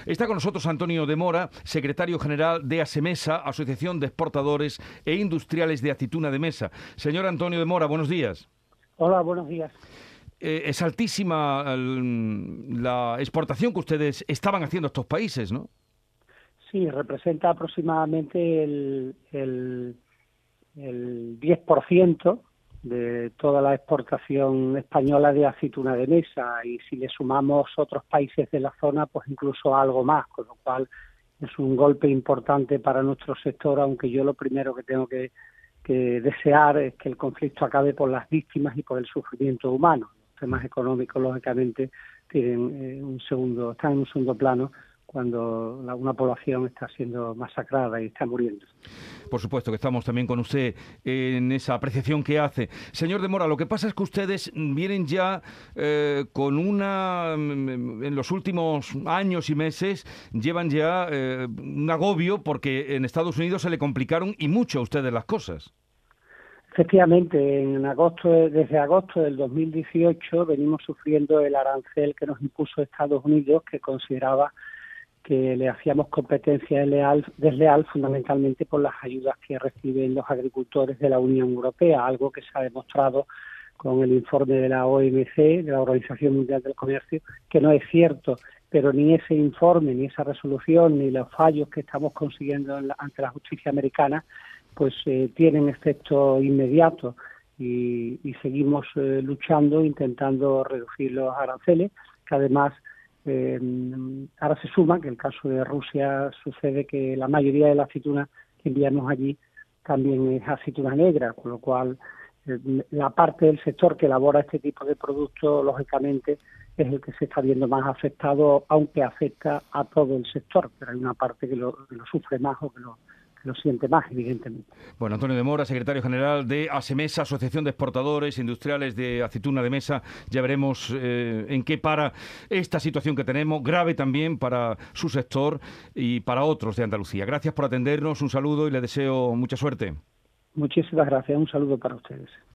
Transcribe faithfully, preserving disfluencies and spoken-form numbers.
Está con nosotros Antonio de Mora, secretario general de ASEMESA, Asociación de Exportadores e Industriales de Aceituna de Mesa. Señor Antonio de Mora, buenos días. Hola, buenos días. Eh, es altísima el, la exportación que ustedes estaban haciendo a estos países, ¿no? Sí, representa aproximadamente el, el, el diez por ciento de toda la exportación española de aceituna de mesa, y si le sumamos otros países de la zona, pues incluso algo más, con lo cual es un golpe importante para nuestro sector, aunque yo lo primero que tengo que, que desear es que el conflicto acabe por las víctimas y por el sufrimiento humano. Los temas económicos, lógicamente, tienen eh, un segundo, están en un segundo plano cuando la, una población está siendo masacrada y está muriendo. Por supuesto que estamos también con usted en esa apreciación que hace. Señor de Mora, lo que pasa es que ustedes vienen ya eh, con una... En los últimos años y meses llevan ya eh, un agobio porque en Estados Unidos se le complicaron y mucho a ustedes las cosas. Efectivamente, en agosto, desde agosto del dos mil dieciocho venimos sufriendo el arancel que nos impuso Estados Unidos, que consideraba que le hacíamos competencia desleal, desleal fundamentalmente por las ayudas que reciben los agricultores de la Unión Europea, algo que se ha demostrado con el informe de la O M C, de la Organización Mundial del Comercio, que no es cierto, pero ni ese informe, ni esa resolución, ni los fallos que estamos consiguiendo en la, ante la justicia americana, pues eh, tienen efecto inmediato y, y seguimos eh, luchando, intentando reducir los aranceles, que además Eh, ahora se suma que en el caso de Rusia sucede que la mayoría de la aceituna que enviamos allí también es aceituna negra, con lo cual eh, la parte del sector que elabora este tipo de productos, lógicamente, es el que se está viendo más afectado, aunque afecta a todo el sector, pero hay una parte que lo, que lo sufre más o que lo, que lo siente más, evidentemente. Bueno, Antonio de Mora, secretario general de ASEMESA, Asociación de Exportadores Industriales de Aceituna de Mesa. Ya veremos eh, en qué para esta situación que tenemos, grave también para su sector y para otros de Andalucía. Gracias por atendernos, un saludo y le deseo mucha suerte. Muchísimas gracias, un saludo para ustedes.